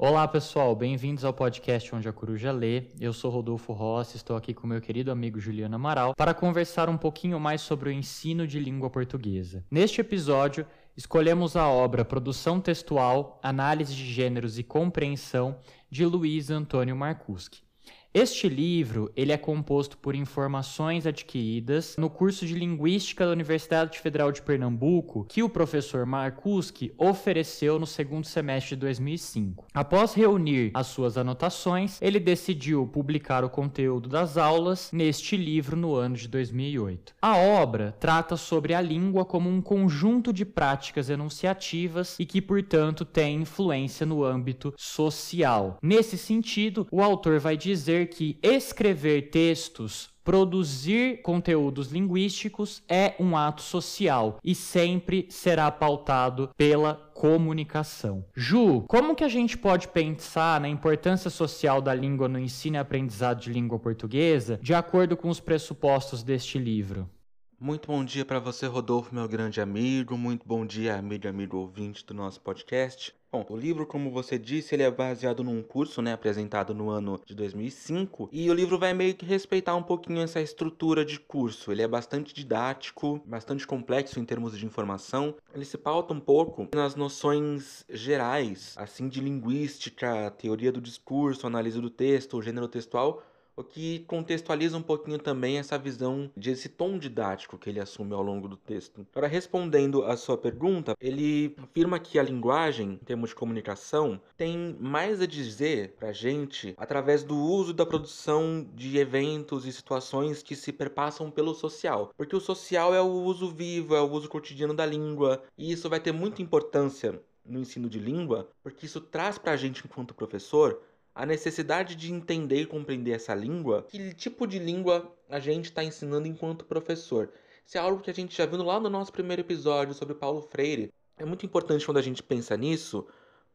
Olá pessoal, bem-vindos ao podcast Onde a Coruja Lê. Eu sou Rodolfo Rossi, estou aqui com meu querido amigo Juliano Amaral para conversar um pouquinho mais sobre o ensino de língua portuguesa. Neste episódio, escolhemos a obra Produção Textual, Análise de Gêneros e Compreensão, de Luiz Antônio Marcuschi. Este livro ele é composto por informações adquiridas no curso de Linguística da Universidade Federal de Pernambuco que o professor Marcuschi ofereceu no segundo semestre de 2005. Após reunir as suas anotações, ele decidiu publicar o conteúdo das aulas neste livro no ano de 2008. A obra trata sobre a língua como um conjunto de práticas enunciativas e que, portanto, tem influência no âmbito social. Nesse sentido, o autor vai dizer que escrever textos, produzir conteúdos linguísticos é um ato social e sempre será pautado pela comunicação. Ju, como que a gente pode pensar na importância social da língua no ensino e aprendizado de língua portuguesa de acordo com os pressupostos deste livro? Muito bom dia para você, Rodolfo, meu grande amigo. Muito bom dia, amigo ouvinte do nosso podcast. Bom, o livro, como você disse, ele é baseado num curso, apresentado no ano de 2005. E o livro vai meio que respeitar um pouquinho essa estrutura de curso. Ele é bastante didático, bastante complexo em termos de informação. Ele se pauta um pouco nas noções gerais, assim, de linguística, teoria do discurso, análise do texto, gênero textual, o que contextualiza um pouquinho também essa visão desse tom didático que ele assume ao longo do texto. Agora, respondendo à sua pergunta, ele afirma que a linguagem, em termos de comunicação, tem mais a dizer pra gente através do uso da produção de eventos e situações que se perpassam pelo social. Porque o social é o uso vivo, é o uso cotidiano da língua, e isso vai ter muita importância no ensino de língua, porque isso traz pra gente, enquanto professor, a necessidade de entender e compreender essa língua. Que tipo de língua a gente está ensinando enquanto professor? Isso é algo que a gente já viu lá no nosso primeiro episódio sobre Paulo Freire. É muito importante quando a gente pensa nisso,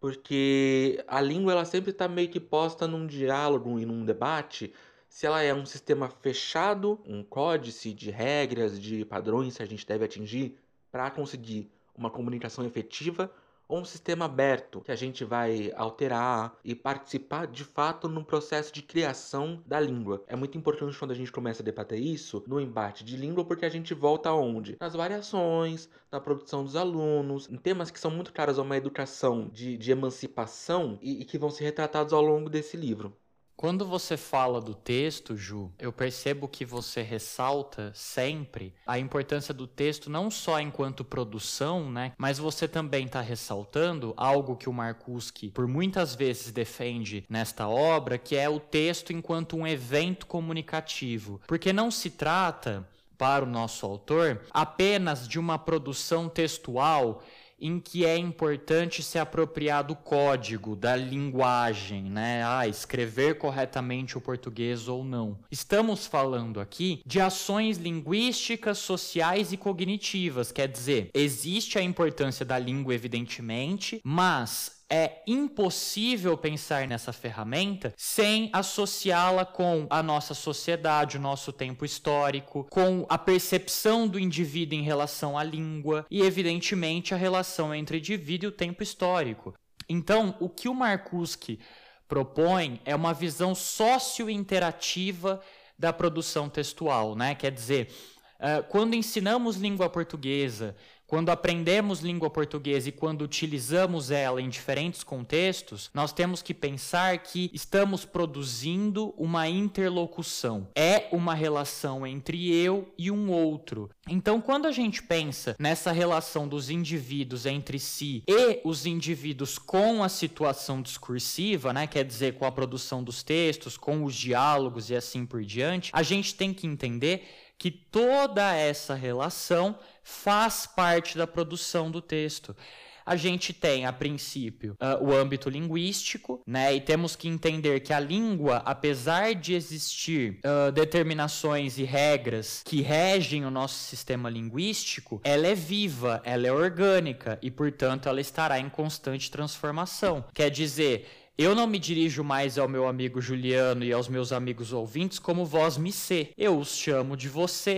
porque a língua ela sempre está meio que posta num diálogo e num debate, se ela é um sistema fechado, um códice de regras, de padrões que a gente deve atingir para conseguir uma comunicação efetiva, ou um sistema aberto que a gente vai alterar e participar de fato no processo de criação da língua. É muito importante quando a gente começa a debater isso no embate de língua, porque a gente volta aonde? Nas variações, na produção dos alunos, em temas que são muito caros a uma educação de emancipação e que vão ser retratados ao longo desse livro. Quando você fala do texto, Ju, eu percebo que você ressalta sempre a importância do texto não só enquanto produção, mas você também está ressaltando algo que o Marcuschi por muitas vezes defende nesta obra, que é o texto enquanto um evento comunicativo. Porque não se trata, para o nosso autor, apenas de uma produção textual em que é importante se apropriar do código, da linguagem, escrever corretamente o português ou não. Estamos falando aqui de ações linguísticas, sociais e cognitivas, quer dizer, existe a importância da língua, evidentemente, mas é impossível pensar nessa ferramenta sem associá-la com a nossa sociedade, o nosso tempo histórico, com a percepção do indivíduo em relação à língua e, evidentemente, a relação entre o indivíduo e o tempo histórico. Então, o que o Marcuschi propõe é uma visão socio-interativa da produção textual, Quer dizer, quando ensinamos língua portuguesa, quando aprendemos língua portuguesa e quando utilizamos ela em diferentes contextos, nós temos que pensar que estamos produzindo uma interlocução. É uma relação entre eu e um outro. Então, quando a gente pensa nessa relação dos indivíduos entre si e os indivíduos com a situação discursiva, quer dizer, com a produção dos textos, com os diálogos e assim por diante, a gente tem que entender que toda essa relação faz parte da produção do texto. A gente tem, a princípio, o âmbito linguístico, e temos que entender que a língua, apesar de existir determinações e regras que regem o nosso sistema linguístico, ela é viva, ela é orgânica e, portanto, ela estará em constante transformação. Quer dizer, eu não me dirijo mais ao meu amigo Juliano e aos meus amigos ouvintes como vós me sê. Eu os chamo de vocês.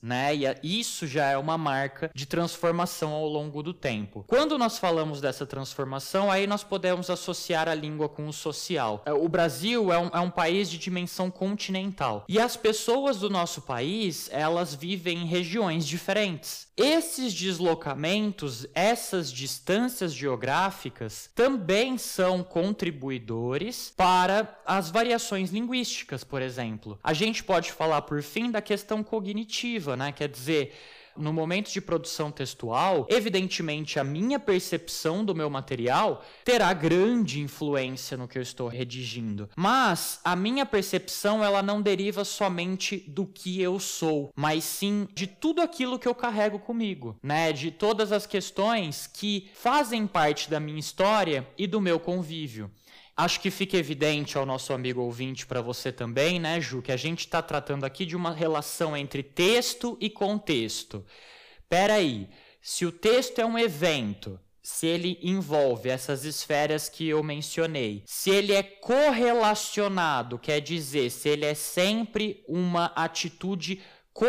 né? E isso já é uma marca de transformação ao longo do tempo. Quando nós falamos dessa transformação, aí nós podemos associar a língua com o social. O Brasil é um país de dimensão continental. E as pessoas do nosso país, elas vivem em regiões diferentes. Esses deslocamentos, essas distâncias geográficas, também são contribuidores para as variações linguísticas, por exemplo. A gente pode falar, por fim, da questão cognitiva, né? Quer dizer, no momento de produção textual, evidentemente a minha percepção do meu material terá grande influência no que eu estou redigindo. Mas a minha percepção, ela não deriva somente do que eu sou, mas sim de tudo aquilo que eu carrego comigo, né? De todas as questões que fazem parte da minha história e do meu convívio. Acho que fica evidente ao nosso amigo ouvinte, para você também, né, Ju, que a gente está tratando aqui de uma relação entre texto e contexto. Peraí, se o texto é um evento, se ele envolve essas esferas que eu mencionei, se ele é correlacionado, quer dizer, se ele é sempre uma atitude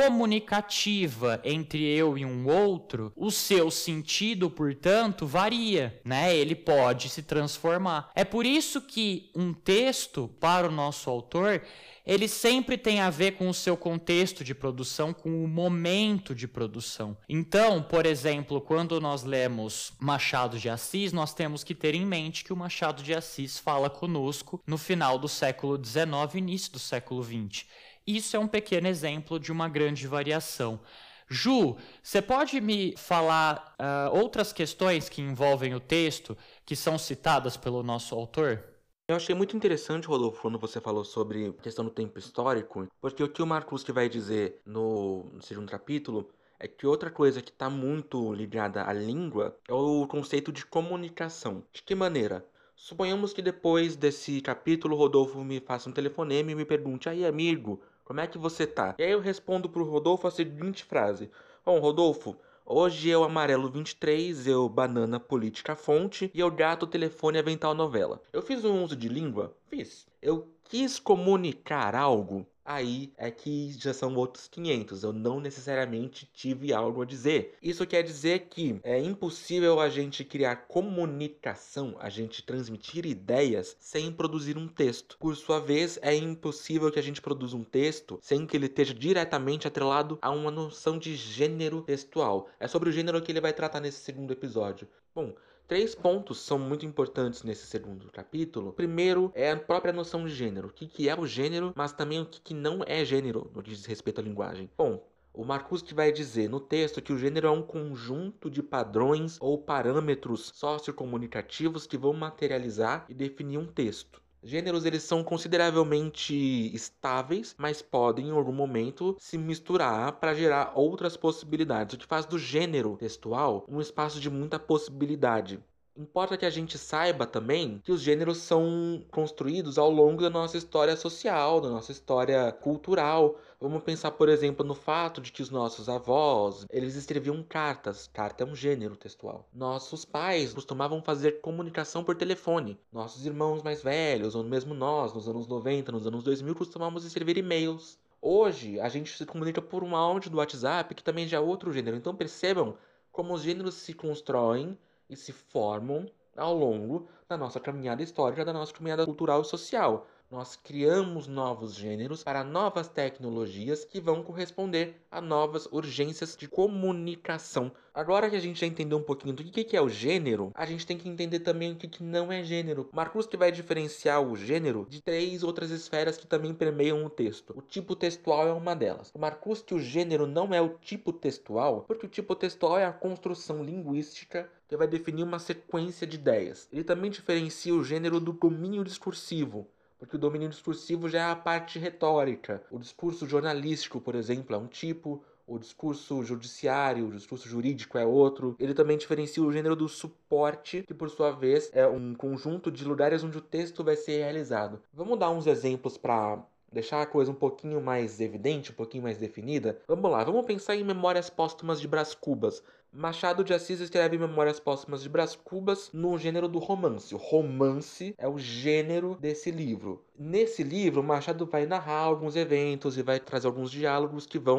comunicativa entre eu e um outro, o seu sentido, portanto, varia, né? Ele pode se transformar. É por isso que um texto, para o nosso autor, ele sempre tem a ver com o seu contexto de produção, com o momento de produção. Então, por exemplo, quando nós lemos Machado de Assis, nós temos que ter em mente que o Machado de Assis fala conosco no final do século XIX, início do século XX. Isso é um pequeno exemplo de uma grande variação. Ju, você pode me falar outras questões que envolvem o texto, que são citadas pelo nosso autor? Eu achei muito interessante, Rodolfo, quando você falou sobre a questão do tempo histórico, porque o que o Marcus vai dizer no segundo capítulo é que outra coisa que está muito ligada à língua é o conceito de comunicação. De que maneira? Suponhamos que depois desse capítulo, Rodolfo me faça um telefonema e me pergunte: aí, amigo, como é que você tá? E aí eu respondo pro Rodolfo a seguinte frase: bom, Rodolfo, hoje eu amarelo 23, eu banana política fonte e eu gato telefone avental novela. Eu fiz um uso de língua? Fiz. Eu quis comunicar algo? Aí é que já são outros 500. Eu não necessariamente tive algo a dizer. Isso quer dizer que é impossível a gente criar comunicação, a gente transmitir ideias sem produzir um texto. Por sua vez, é impossível que a gente produza um texto sem que ele esteja diretamente atrelado a uma noção de gênero textual. É sobre o gênero que ele vai tratar nesse segundo episódio. Bom, 3 pontos são muito importantes nesse segundo capítulo. O primeiro é a própria noção de gênero. O que é o gênero, mas também o que não é gênero no que diz respeito à linguagem. Bom, o Marcus vai dizer no texto que o gênero é um conjunto de padrões ou parâmetros sociocomunicativos que vão materializar e definir um texto. Gêneros, eles são consideravelmente estáveis, mas podem em algum momento se misturar para gerar outras possibilidades, o que faz do gênero textual um espaço de muita possibilidade. Importa que a gente saiba também que os gêneros são construídos ao longo da nossa história social, da nossa história cultural. Vamos pensar, por exemplo, no fato de que os nossos avós, eles escreviam cartas. Carta é um gênero textual. Nossos pais costumavam fazer comunicação por telefone. Nossos irmãos mais velhos, ou mesmo nós, nos anos 90, nos anos 2000, costumávamos escrever e-mails. Hoje, a gente se comunica por um áudio do WhatsApp, que também já é outro gênero. Então percebam como os gêneros se constroem e se formam ao longo da nossa caminhada histórica, da nossa caminhada cultural e social. Nós criamos novos gêneros para novas tecnologias que vão corresponder a novas urgências de comunicação. Agora que a gente já entendeu um pouquinho do que é o gênero, a gente tem que entender também o que não é gênero. Marcus vai diferenciar o gênero de 3 outras esferas que também permeiam o texto. O tipo textual é uma delas. O Marcus que o gênero não é o tipo textual, porque o tipo textual é a construção linguística que vai definir uma sequência de ideias. Ele também diferencia o gênero do domínio discursivo, porque o domínio discursivo já é a parte retórica. O discurso jornalístico, por exemplo, é um tipo, o discurso judiciário, o discurso jurídico é outro. Ele também diferencia o gênero do suporte, que por sua vez é um conjunto de lugares onde o texto vai ser realizado. Vamos dar uns exemplos para deixar a coisa um pouquinho mais evidente, um pouquinho mais definida? Vamos lá, vamos pensar em Memórias Póstumas de Brás Cubas. Machado de Assis escreve Memórias Póstumas de Brás Cubas no gênero do romance. O romance é o gênero desse livro. Nesse livro, Machado vai narrar alguns eventos e vai trazer alguns diálogos que vão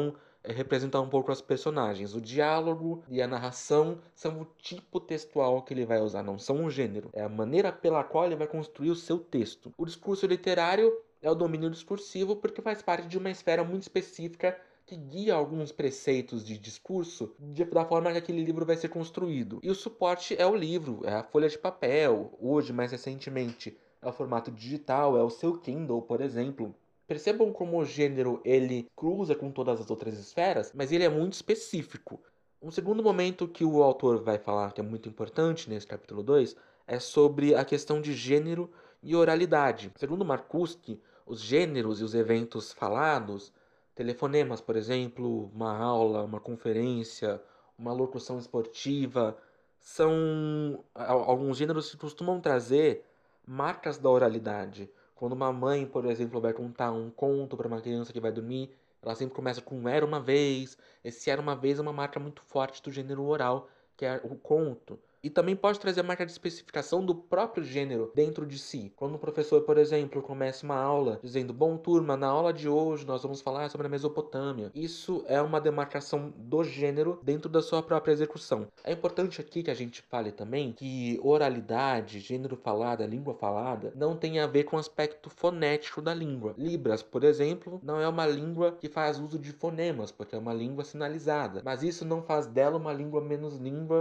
representar um pouco as personagens. O diálogo e a narração são o tipo textual que ele vai usar, não são um gênero. É a maneira pela qual ele vai construir o seu texto. O discurso literário é o domínio discursivo porque faz parte de uma esfera muito específica que guia alguns preceitos de discurso da forma que aquele livro vai ser construído. E o suporte é o livro, é a folha de papel. Hoje, mais recentemente, é o formato digital, é o seu Kindle, por exemplo. Percebam como o gênero ele cruza com todas as outras esferas, mas ele é muito específico. Um segundo momento que o autor vai falar, que é muito importante nesse capítulo 2, é sobre a questão de gênero e oralidade. Segundo Marcuse, os gêneros e os eventos falados, telefonemas, por exemplo, uma aula, uma conferência, uma locução esportiva, são alguns gêneros que costumam trazer marcas da oralidade. Quando uma mãe, por exemplo, vai contar um conto para uma criança que vai dormir, ela sempre começa com era uma vez. Esse era uma vez é uma marca muito forte do gênero oral, que é o conto. E também pode trazer a marca de especificação do próprio gênero dentro de si. Quando o professor, por exemplo, começa uma aula dizendo: bom, turma, na aula de hoje nós vamos falar sobre a Mesopotâmia. Isso é uma demarcação do gênero dentro da sua própria execução. É importante aqui que a gente fale também que oralidade, gênero falado, língua falada, não tem a ver com o aspecto fonético da língua. Libras, por exemplo, não é uma língua que faz uso de fonemas, porque é uma língua sinalizada. Mas isso não faz dela uma língua menos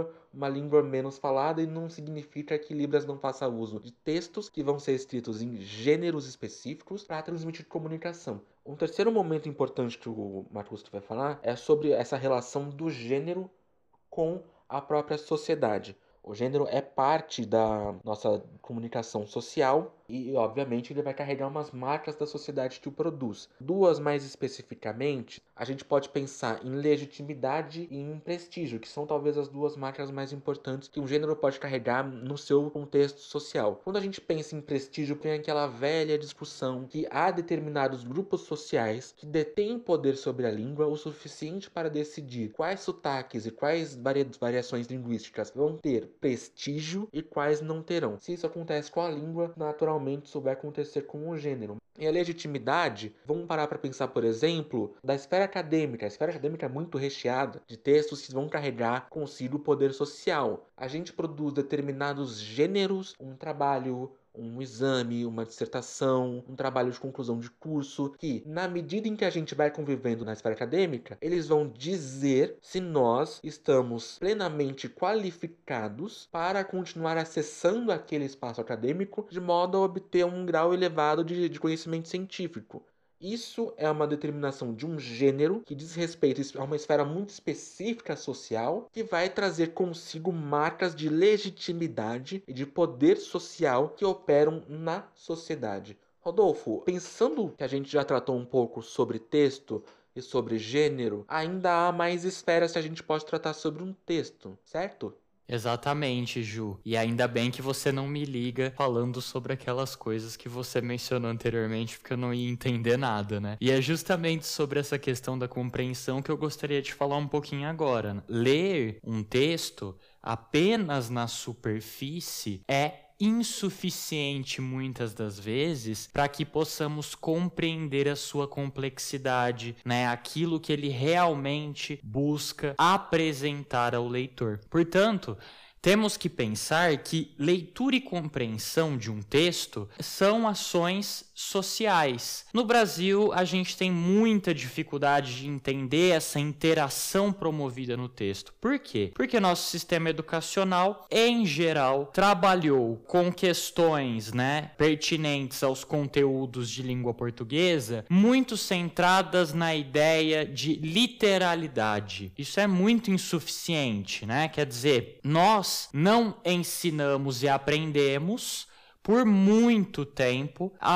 falada, e não significa que Libras não faça uso de textos que vão ser escritos em gêneros específicos para transmitir comunicação. Um terceiro momento importante que o Marcuse vai falar é sobre essa relação do gênero com a própria sociedade. O gênero é parte da nossa comunicação social e, obviamente, ele vai carregar umas marcas da sociedade que o produz. Duas mais especificamente, a gente pode pensar em legitimidade e em prestígio, que são talvez as duas marcas mais importantes que um gênero pode carregar no seu contexto social. Quando a gente pensa em prestígio, tem aquela velha discussão que há determinados grupos sociais que detêm poder sobre a língua o suficiente para decidir quais sotaques e quais variações linguísticas vão ter prestígio e quais não terão. Se isso acontece com a língua, naturalmente isso vai acontecer com o gênero. E a legitimidade, vamos parar para pensar, por exemplo, da esfera acadêmica. A esfera acadêmica é muito recheada de textos que vão carregar consigo o poder social. A gente produz determinados gêneros, um trabalho, um exame, uma dissertação, um trabalho de conclusão de curso, que, na medida em que a gente vai convivendo na esfera acadêmica, eles vão dizer se nós estamos plenamente qualificados para continuar acessando aquele espaço acadêmico de modo a obter um grau elevado de conhecimento científico. Isso é uma determinação de um gênero que diz respeito a uma esfera muito específica social, que vai trazer consigo marcas de legitimidade e de poder social que operam na sociedade. Rodolfo, pensando que a gente já tratou um pouco sobre texto e sobre gênero, ainda há mais esferas que a gente pode tratar sobre um texto, certo? Exatamente, Ju. E ainda bem que você não me liga falando sobre aquelas coisas que você mencionou anteriormente, porque eu não ia entender nada, né? E é justamente sobre essa questão da compreensão que eu gostaria de falar um pouquinho agora, né? Ler um texto apenas na superfície é insuficiente muitas das vezes para que possamos compreender a sua complexidade, né? Aquilo que ele realmente busca apresentar ao leitor. Portanto, temos que pensar que leitura e compreensão de um texto são ações sociais. No Brasil, a gente tem muita dificuldade de entender essa interação promovida no texto. Por quê? Porque nosso sistema educacional, em geral, trabalhou com questões, né, pertinentes aos conteúdos de língua portuguesa, muito centradas na ideia de literalidade. Isso é muito insuficiente, né? Quer dizer, nós não ensinamos e aprendemos por muito tempo a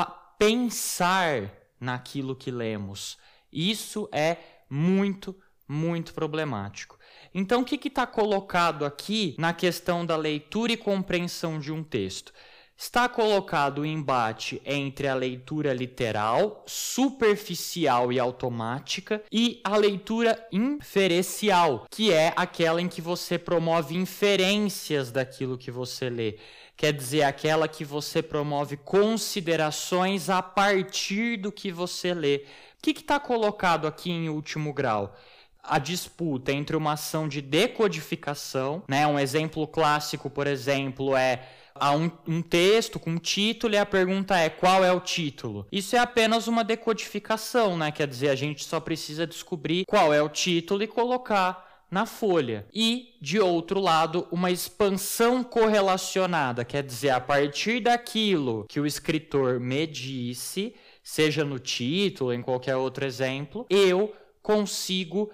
pensar naquilo que lemos. Isso é muito, muito problemático. Então, o que está colocado aqui na questão da leitura e compreensão de um texto? Está colocado o embate entre a leitura literal, superficial e automática, e a leitura inferencial, que é aquela em que você promove inferências daquilo que você lê. Quer dizer, aquela que você promove considerações a partir do que você lê. O que está colocado aqui em último grau? a disputa entre uma ação de decodificação, né? Um exemplo clássico, por exemplo, há um texto com título e a pergunta é: qual é o título? Isso é apenas uma decodificação, né? Quer dizer, a gente só precisa descobrir qual é o título e colocar na folha. E, de outro lado, uma expansão correlacionada, quer dizer, a partir daquilo que o escritor me disse, seja no título, em qualquer outro exemplo, eu consigo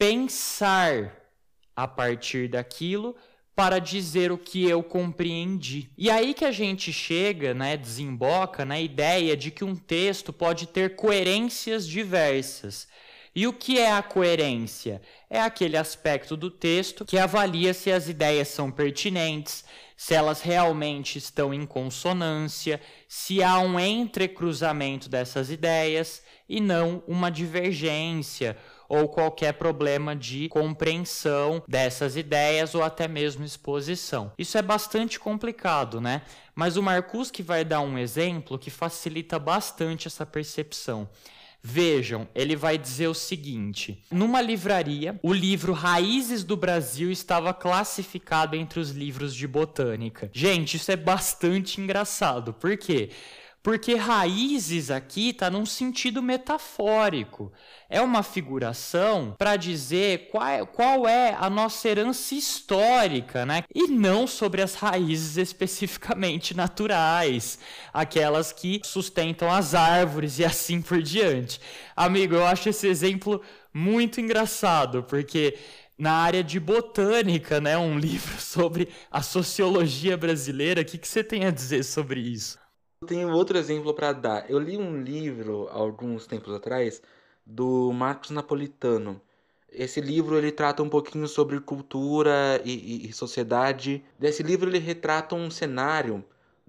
pensar a partir daquilo para dizer o que eu compreendi. E aí que a gente chega, né, desemboca na ideia de que um texto pode ter coerências diversas. E o que é a coerência? É aquele aspecto do texto que avalia se as ideias são pertinentes, se elas realmente estão em consonância, se há um entrecruzamento dessas ideias e não uma divergência ou qualquer problema de compreensão dessas ideias ou até mesmo exposição. Isso é bastante complicado, né? Mas o Marcuse vai dar um exemplo que facilita bastante essa percepção. Vejam, ele vai dizer o seguinte: numa livraria, o livro Raízes do Brasil estava classificado entre os livros de botânica. Gente, isso é bastante engraçado. Por quê? Porque raízes aqui está num sentido metafórico. É uma figuração para dizer qual é a nossa herança histórica, né? E não sobre as raízes especificamente naturais, aquelas que sustentam as árvores e assim por diante. Amigo, eu acho esse exemplo muito engraçado, porque na área de botânica, né, um livro sobre a sociologia brasileira, o que você tem a dizer sobre isso? Eu tenho outro exemplo para dar. Eu li um livro há alguns tempos atrás do Marcos Napolitano. Esse livro ele trata um pouquinho sobre cultura e sociedade. Desse livro ele retrata um cenário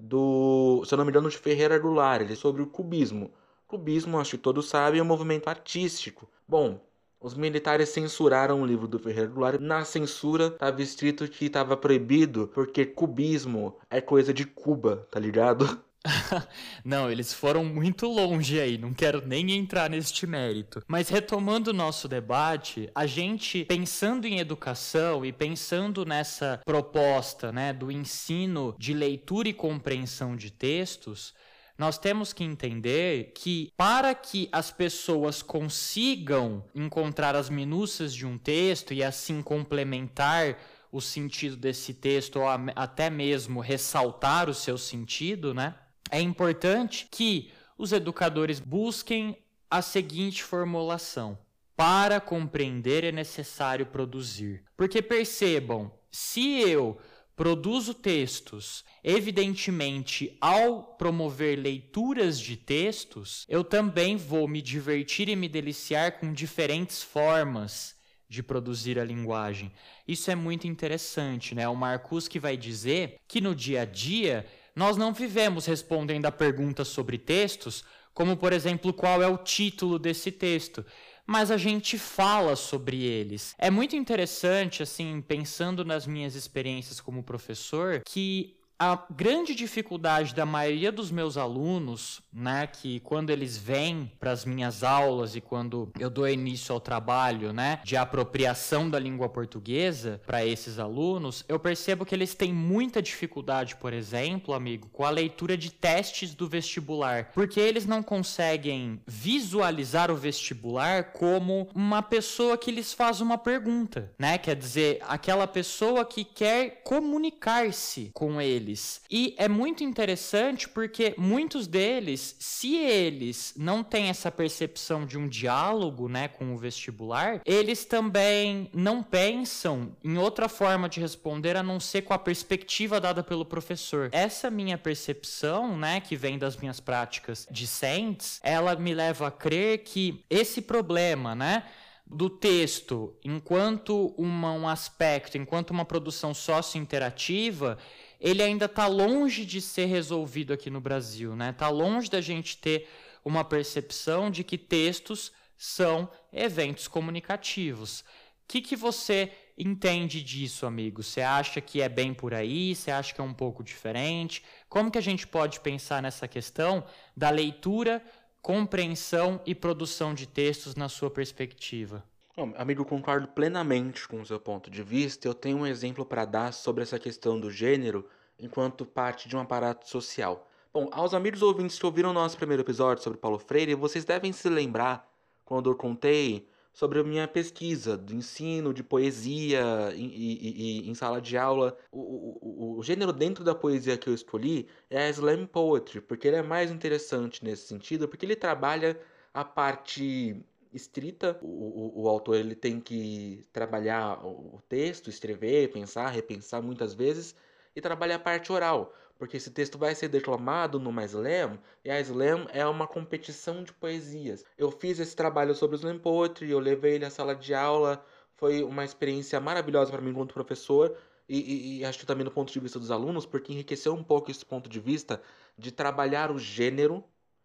do, se eu não me engano, de Ferreira Goulart. Ele é sobre o cubismo. Cubismo, acho que todos sabem, é um movimento artístico. Bom, os militares censuraram o livro do Ferreira Goulart. Na censura estava escrito que estava proibido porque cubismo é coisa de Cuba, tá ligado? Não, eles foram muito longe aí, não quero nem entrar neste mérito. Mas retomando o nosso debate, a gente, pensando em educação e pensando nessa proposta, né, do ensino de leitura e compreensão de textos, nós temos que entender que, para que as pessoas consigam encontrar as minúcias de um texto e assim complementar o sentido desse texto ou até mesmo ressaltar o seu sentido, né? É importante que os educadores busquem a seguinte formulação: para compreender é necessário produzir. Porque percebam, se eu produzo textos, evidentemente, ao promover leituras de textos, eu também vou me divertir e me deliciar com diferentes formas de produzir a linguagem. Isso é muito interessante, né? O Marcuse vai dizer que no dia a dia nós não vivemos respondendo a perguntas sobre textos, como, por exemplo, qual é o título desse texto, mas a gente fala sobre eles. É muito interessante, assim, pensando nas minhas experiências como professor, que a grande dificuldade da maioria dos meus alunos, né, que quando eles vêm para as minhas aulas e quando eu dou início ao trabalho, né, de apropriação da língua portuguesa para esses alunos, eu percebo que eles têm muita dificuldade, por exemplo, amigo, com a leitura de testes do vestibular, porque eles não conseguem visualizar o vestibular como uma pessoa que lhes faz uma pergunta, né, quer dizer, aquela pessoa que quer comunicar-se com eles. E é muito interessante porque muitos deles, se eles não têm essa percepção de um diálogo, né, com o vestibular, eles também não pensam em outra forma de responder a não ser com a perspectiva dada pelo professor. Essa minha percepção, né, que vem das minhas práticas discentes, ela me leva a crer que esse problema, né, do texto enquanto um aspecto, enquanto uma produção sócio-interativa, ele ainda está longe de ser resolvido aqui no Brasil, né? Está longe da gente ter uma percepção de que textos são eventos comunicativos. O que você entende disso, amigo? Você acha que é bem por aí? Você acha que é um pouco diferente? Como que a gente pode pensar nessa questão da leitura, compreensão e produção de textos na sua perspectiva? Bom, amigo, concordo plenamente com o seu ponto de vista. Eu tenho um exemplo para dar sobre essa questão do gênero enquanto parte de um aparato social. Bom, aos amigos ouvintes que ouviram o nosso primeiro episódio sobre Paulo Freire, vocês devem se lembrar quando eu contei sobre a minha pesquisa do ensino de poesia em sala de aula. O gênero dentro da poesia que eu escolhi é a slam poetry, porque ele é mais interessante nesse sentido, porque ele trabalha a parte escrita. O autor ele tem que trabalhar o texto, escrever, pensar, repensar muitas vezes e trabalhar a parte oral, porque esse texto vai ser declamado numa slam e a slam é uma competição de poesias. Eu fiz esse trabalho sobre o slam poetry, eu levei ele à sala de aula, foi uma experiência maravilhosa para mim enquanto professor. E acho que também do ponto de vista dos alunos, porque enriqueceu um pouco esse ponto de vista de trabalhar o gênero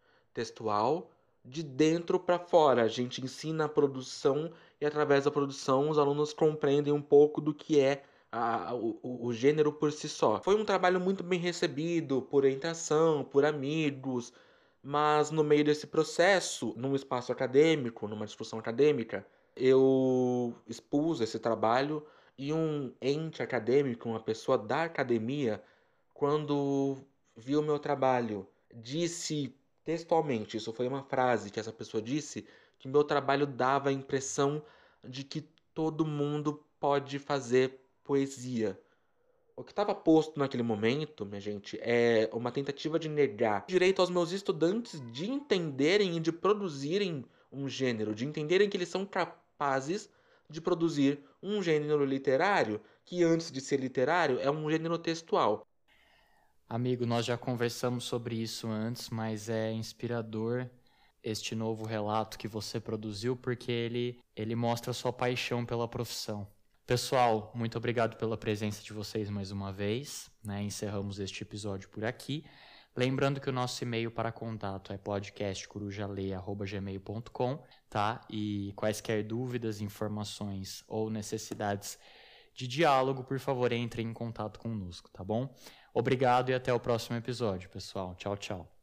textual de dentro para fora. A gente ensina a produção e através da produção os alunos compreendem um pouco do que é o gênero por si só. Foi um trabalho muito bem recebido por orientação, por amigos, mas no meio desse processo, num espaço acadêmico, numa discussão acadêmica, eu expus esse trabalho e um ente acadêmico, uma pessoa da academia, quando viu meu trabalho, disse textualmente, isso foi uma frase que essa pessoa disse, que meu trabalho dava a impressão de que todo mundo pode fazer poesia. O que estava posto naquele momento, minha gente, é uma tentativa de negar o direito aos meus estudantes de entenderem e de produzirem um gênero, de entenderem que eles são capazes de produzir um gênero literário que, antes de ser literário, é um gênero textual. Amigo, nós já conversamos sobre isso antes, mas é inspirador este novo relato que você produziu, porque ele mostra a sua paixão pela profissão. Pessoal, muito obrigado pela presença de vocês mais uma vez, né? Encerramos este episódio por aqui. Lembrando que o nosso e-mail para contato é podcastcorujaleia@gmail.com, tá? E quaisquer dúvidas, informações ou necessidades de diálogo, por favor, entre em contato conosco, tá bom? Obrigado e até o próximo episódio, pessoal. Tchau, tchau.